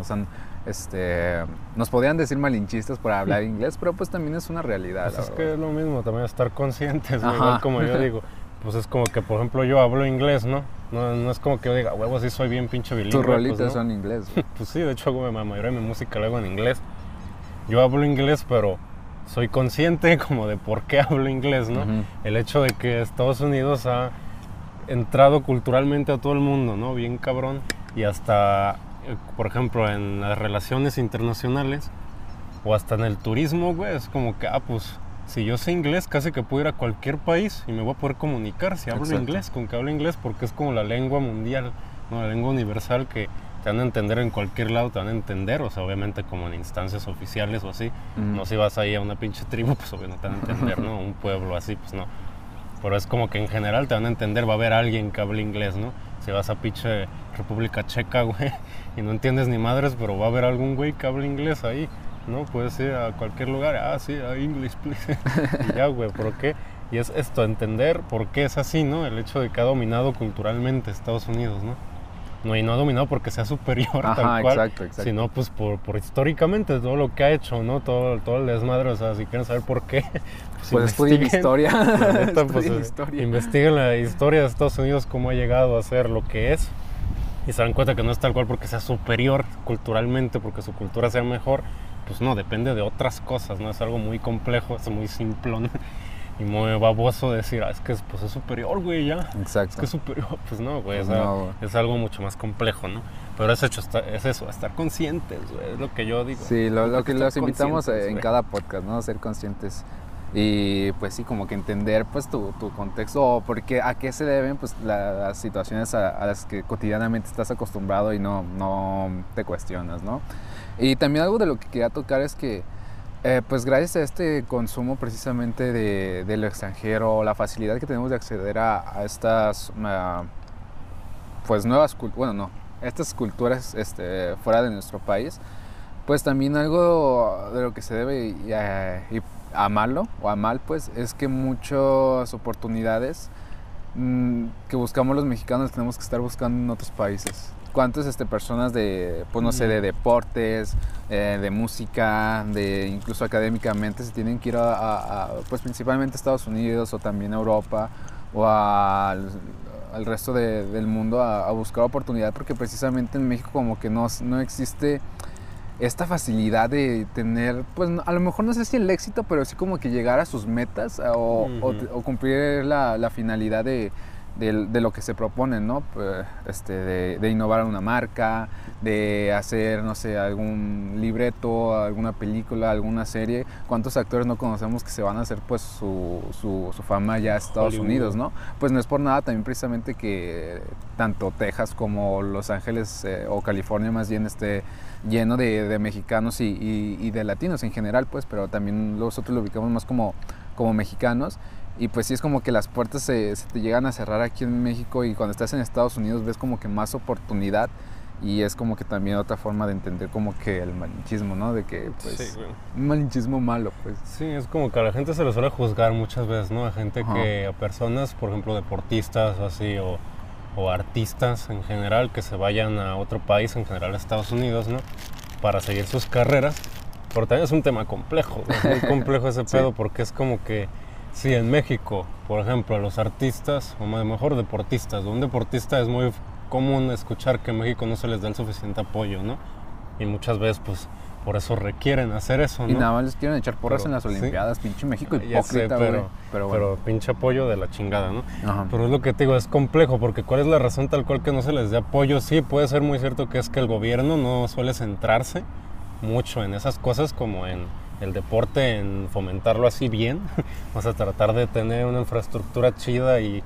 nos podían decir malinchistas por hablar inglés, pero pues también es una realidad. Pues es que es lo mismo, también estar conscientes, ¿no? Igual como yo digo, pues es como que por ejemplo yo hablo inglés, ¿no? No es como que yo diga, huevo, sí soy bien pinche bilingüe. Tus rolitas pues, ¿no? son inglés. Pues sí, de hecho la mayoría de mi música la hago en inglés. Yo hablo inglés, pero soy consciente como de por qué hablo inglés, ¿no? El hecho de que Estados Unidos ha entrado culturalmente a todo el mundo, ¿no? Bien cabrón. Y hasta, por ejemplo, en las relaciones internacionales o hasta en el turismo, güey, es como que, pues, si yo sé inglés, casi que puedo ir a cualquier país y me voy a poder comunicar si hablo inglés, con que hablo inglés, porque es como la lengua mundial, ¿no? La lengua universal que te van a entender en cualquier lado, te van a entender, o sea, obviamente como en instancias oficiales o así, no si vas ahí a una pinche tribu, pues obviamente te van a entender, ¿no? Un pueblo así, pues no. Pero es como que en general te van a entender, va a haber alguien que hable inglés, ¿no? Si vas a pinche República Checa, güey, y no entiendes ni madres, pero va a haber algún güey que hable inglés ahí, ¿no? Puedes ir a cualquier lugar, sí, a English, please. Y ya, güey, ¿por qué? Y es esto, entender por qué es así, ¿no? El hecho de que ha dominado culturalmente Estados Unidos, ¿no? Y no ha dominado porque sea superior, tal cual, exacto. Sino pues por históricamente todo lo que ha hecho, ¿no? Todo el desmadre, o sea, si quieren saber por qué, pues estudien historia. Investiguen la historia de Estados Unidos, cómo ha llegado a ser lo que es, y se dan cuenta que no es tal cual porque sea superior culturalmente, porque su cultura sea mejor, pues no, depende de otras cosas, ¿no? Es algo muy complejo, es muy simplón. Y muy baboso decir, es que pues es superior, güey, ya. Exacto. Es que es superior. Pues no, güey, es algo mucho más complejo, ¿no? Pero es eso, estar conscientes, güey, es lo que yo digo. Sí, lo que los invitamos en cada podcast, ¿no? Ser conscientes y pues sí, como que entender pues tu contexto o porque a qué se deben pues las situaciones a las que cotidianamente estás acostumbrado y no te cuestionas, ¿no? Y también algo de lo que quería tocar es que pues gracias a este consumo precisamente de lo extranjero, la facilidad que tenemos de acceder a estas pues nuevas estas culturas fuera de nuestro país, pues también algo de lo que se debe y a malo o a mal pues es que muchas oportunidades que buscamos los mexicanos tenemos que estar buscando en otros países. ¿Cuántas personas de, pues no sé, de deportes, de música, de incluso académicamente se tienen que ir pues principalmente a Estados Unidos o también a Europa o al resto del mundo a buscar oportunidad? Porque precisamente en México como que no existe esta facilidad de tener, pues a lo mejor no sé si el éxito, pero sí como que llegar a sus metas o cumplir la finalidad de lo que se propone, ¿no? Pues, de innovar una marca, de hacer, no sé, algún libreto, alguna película, alguna serie. ¿Cuántos actores no conocemos que se van a hacer pues su fama ya a Estados Hollywood. Unidos, ¿no? Pues no es por nada también precisamente que tanto Texas como Los Ángeles o California más bien esté lleno de mexicanos y de latinos en general, pues, pero también nosotros lo ubicamos más como mexicanos. Y pues sí es como que las puertas se te llegan a cerrar aquí en México, y cuando estás en Estados Unidos ves como que más oportunidad, y es como que también otra forma de entender como que el malinchismo, ¿no? De que pues Sí, güey. un malinchismo malo, pues. Sí, es como que a la gente se le suele juzgar muchas veces, ¿no? A gente a personas, por ejemplo, deportistas o así, o artistas en general, que se vayan a otro país, en general a Estados Unidos, ¿no? Para seguir sus carreras. Pero también es un tema complejo, es muy complejo ese pedo, porque es como que si en México, por ejemplo, los artistas, o mejor deportistas, un deportista es muy común escuchar que en México no se les da el suficiente apoyo, ¿no? Y muchas veces, pues, por eso requieren hacer eso, ¿no? Y nada más les quieren echar porras en las Olimpiadas, pinche México hipócrita, güey. Pero pinche apoyo de la chingada, ¿no? Ajá. Pero es lo que te digo, es complejo, porque ¿cuál es la razón tal cual que no se les dé apoyo? Sí, puede ser muy cierto que es que el gobierno no suele centrarse mucho en esas cosas como en el deporte, en fomentarlo así bien. O sea, tratar de tener una infraestructura chida y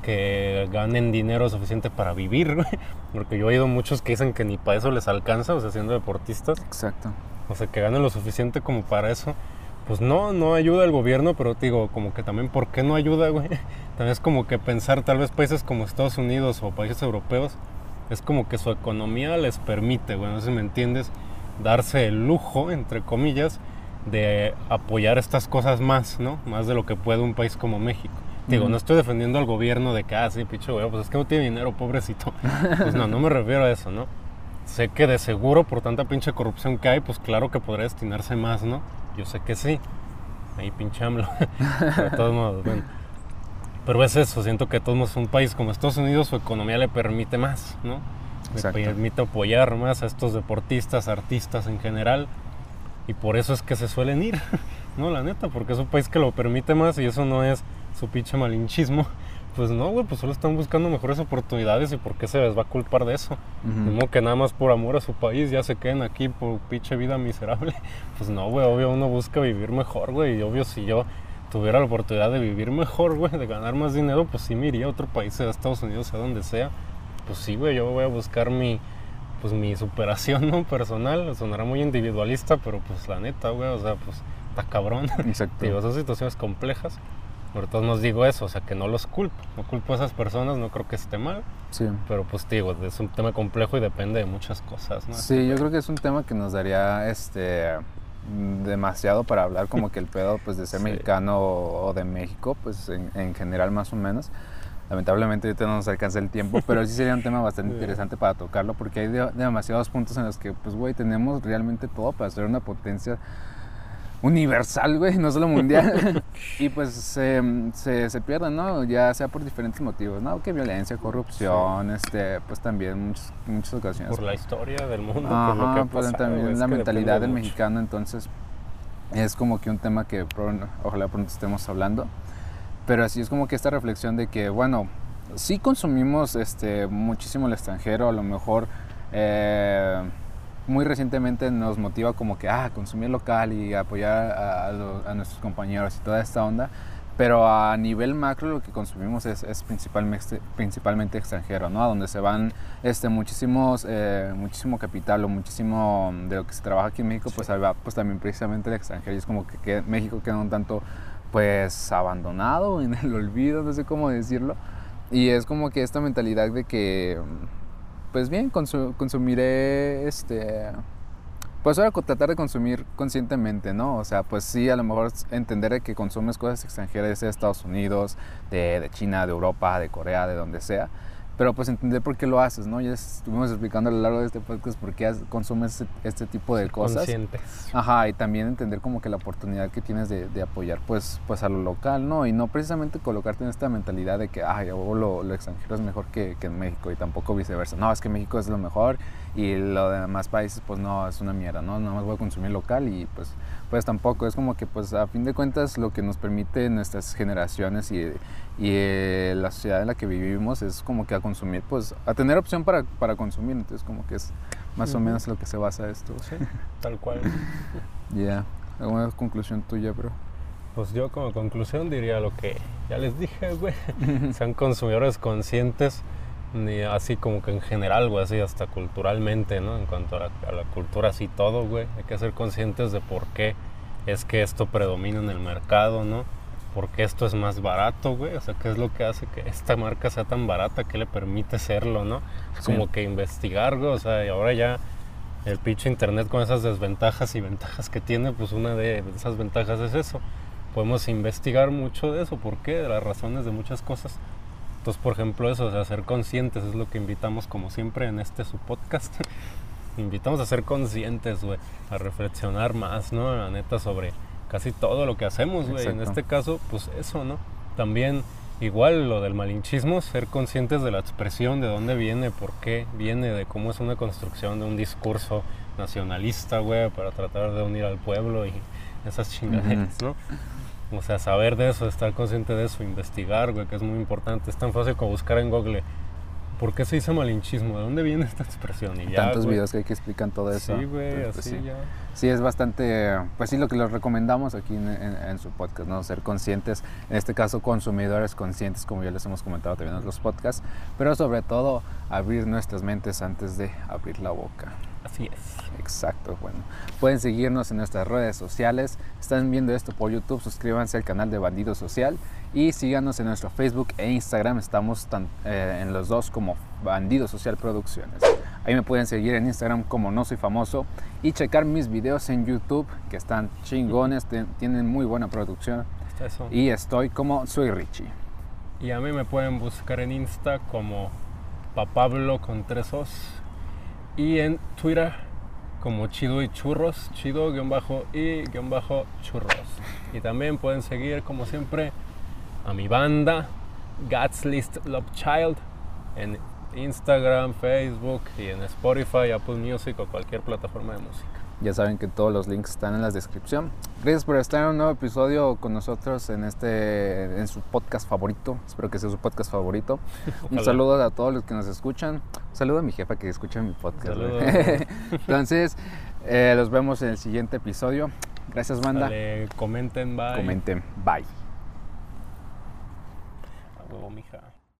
que ganen dinero suficiente para vivir, güey. Porque yo he oído muchos que dicen que ni para eso les alcanza, o sea, siendo deportistas. Exacto. O sea, que ganen lo suficiente como para eso. Pues no ayuda el gobierno, pero te digo, como que también, ¿por qué no ayuda, güey? También es como que pensar, tal vez países como Estados Unidos o países europeos, es como que su economía les permite, güey, no sé si me entiendes, darse el lujo, entre comillas, de apoyar estas cosas más, ¿no? Más de lo que puede un país como México. Digo, no estoy defendiendo al gobierno de que, sí, pinche güey, pues es que no tiene dinero, pobrecito. Pues no me refiero a eso, ¿no? Sé que de seguro, por tanta pinche corrupción que hay, pues claro que podría destinarse más, ¿no? Yo sé que sí. Ahí pinche AMLO. De todos modos, bueno. Pero es eso, siento que de todos modos un país como Estados Unidos, su economía le permite más, ¿no? Exacto. Le permite apoyar más a estos deportistas, artistas en general. Y por eso es que se suelen ir, ¿no? La neta, porque es un país que lo permite más y eso no es su pinche malinchismo. Pues no, güey, pues solo están buscando mejores oportunidades y ¿por qué se les va a culpar de eso? Como que nada más por amor a su país ya se queden aquí por pinche vida miserable. Pues no, güey, obvio uno busca vivir mejor, güey, y obvio si yo tuviera la oportunidad de vivir mejor, güey, de ganar más dinero, pues sí me iría a otro país, sea Estados Unidos, sea donde sea. Pues sí, güey, yo voy a buscar mi superación, ¿no? Personal. Sonará muy individualista, pero pues la neta, güey, o sea, pues está cabrón. Exacto. Digo, son situaciones complejas. Por todos nos digo eso, o sea, que no los culpo. No culpo a esas personas, no creo que esté mal. Sí. Pero pues digo, es un tema complejo y depende de muchas cosas, ¿no? Sí, yo creo que es un tema que nos daría demasiado para hablar, como que el pedo pues de ser mexicano o de México, pues en general más o menos. Lamentablemente ahorita no nos alcanza el tiempo, pero sí sería un tema bastante interesante para tocarlo, porque hay demasiados puntos en los que, pues, güey, tenemos realmente todo para ser una potencia universal, güey, no solo mundial. Y pues se pierden, ¿no? Ya sea por diferentes motivos, ¿no? Que violencia, corrupción, pues también muchas ocasiones. Por la historia del mundo, Ajá, por lo que ha pasado, también la mentalidad del mucho. mexicano, entonces es como que un tema que ojalá pronto estemos hablando. Pero así es como que esta reflexión de que, bueno, sí consumimos muchísimo el extranjero, a lo mejor muy recientemente nos motiva como que consumir local y apoyar a nuestros compañeros y toda esta onda, pero a nivel macro lo que consumimos es principalmente extranjero, ¿no? A donde se van muchísimo capital o muchísimo de lo que se trabaja aquí en México, pues ahí va pues también precisamente el extranjero, y es como que México queda un tanto pues abandonado, en el olvido, no sé cómo decirlo, y es como que esta mentalidad de que pues bien, consumiré pues ahora tratar de consumir conscientemente, ¿no? O sea, pues sí, a lo mejor entender de que consumes cosas extranjeras de Estados Unidos, de China, de Europa, de Corea, de donde sea, pero pues entender por qué lo haces, ¿no? Ya estuvimos explicando a lo largo de este podcast por qué consumes este tipo de cosas. Conscientes. Ajá, y también entender como que la oportunidad que tienes de apoyar pues a lo local, ¿no? Y no precisamente colocarte en esta mentalidad de que lo extranjero es mejor que en México, y tampoco viceversa. No, es que México es lo mejor y los demás países pues no, es una mierda, ¿no? Nada más voy a consumir local y pues tampoco, es como que pues a fin de cuentas lo que nos permite nuestras generaciones y la sociedad en la que vivimos es como que a consumir, pues a tener opción para consumir, entonces como que es más o menos lo que se basa esto. Sí, tal cual. Ya, ¿alguna conclusión tuya, bro? Pues yo como conclusión diría lo que ya les dije, güey. Sean consumidores conscientes, así como que en general, güey, así hasta culturalmente, ¿no? En cuanto a la cultura, así todo, güey. Hay que ser conscientes de por qué es que esto predomina en el mercado, ¿no? ¿Por qué esto es más barato, güey? O sea, ¿qué es lo que hace que esta marca sea tan barata? ¿Qué le permite serlo, no? Es como que investigar, güey. O sea, y ahora ya el pinche internet con esas desventajas y ventajas que tiene, pues una de esas ventajas es eso. Podemos investigar mucho de eso, ¿por qué? De las razones de muchas cosas. Entonces, por ejemplo, eso, o sea, ser conscientes es lo que invitamos, como siempre, en su podcast. Invitamos a ser conscientes, güey, a reflexionar más, ¿no? La neta, sobre casi todo lo que hacemos, güey. En este caso, pues eso, ¿no? También, igual, lo del malinchismo, ser conscientes de la expresión, de dónde viene, por qué viene, de cómo es una construcción de un discurso nacionalista, güey, para tratar de unir al pueblo y esas chingaderas, ¿no? O sea, saber de eso, estar consciente de eso, investigar, güey, que es muy importante. Es tan fácil como buscar en Google ¿por qué se dice malinchismo? ¿De dónde viene esta expresión? Y ya, tantos videos que hay que explican todo eso. Sí, güey, pues, así sí. ya. Sí, es bastante, pues sí, lo que les recomendamos aquí en su podcast, ¿no? Ser conscientes, en este caso consumidores conscientes, como ya les hemos comentado también en los podcasts, pero sobre todo abrir nuestras mentes antes de abrir la boca. Así es. Exacto, bueno. Pueden seguirnos en nuestras redes sociales. Están viendo esto por YouTube, suscríbanse al canal de Bandido Social y síganos en nuestro Facebook e Instagram. Estamos en los dos como Bandido Social Producciones. Ahí me pueden seguir en Instagram como No Soy Famoso y checar mis videos en YouTube que están chingones, tienen muy buena producción. Eso. Y estoy como Soy Richie. Y a mí me pueden buscar en Insta como Papablo con 3 Os. Y en Twitter como Chido y Churros, Chido-y-Churros. Y también pueden seguir, como siempre, a mi banda, God's List Love Child, en Instagram, Facebook y en Spotify, Apple Music o cualquier plataforma de música. Ya saben que todos los links están en la descripción. Gracias por estar en un nuevo episodio con nosotros en su podcast favorito. Espero que sea su podcast favorito. Un saludo a todos los que nos escuchan. Un saludo a mi jefa que escucha mi podcast. Entonces, los vemos en el siguiente episodio. Gracias, banda. Dale, comenten, bye. Comenten, bye. A huevo, mija.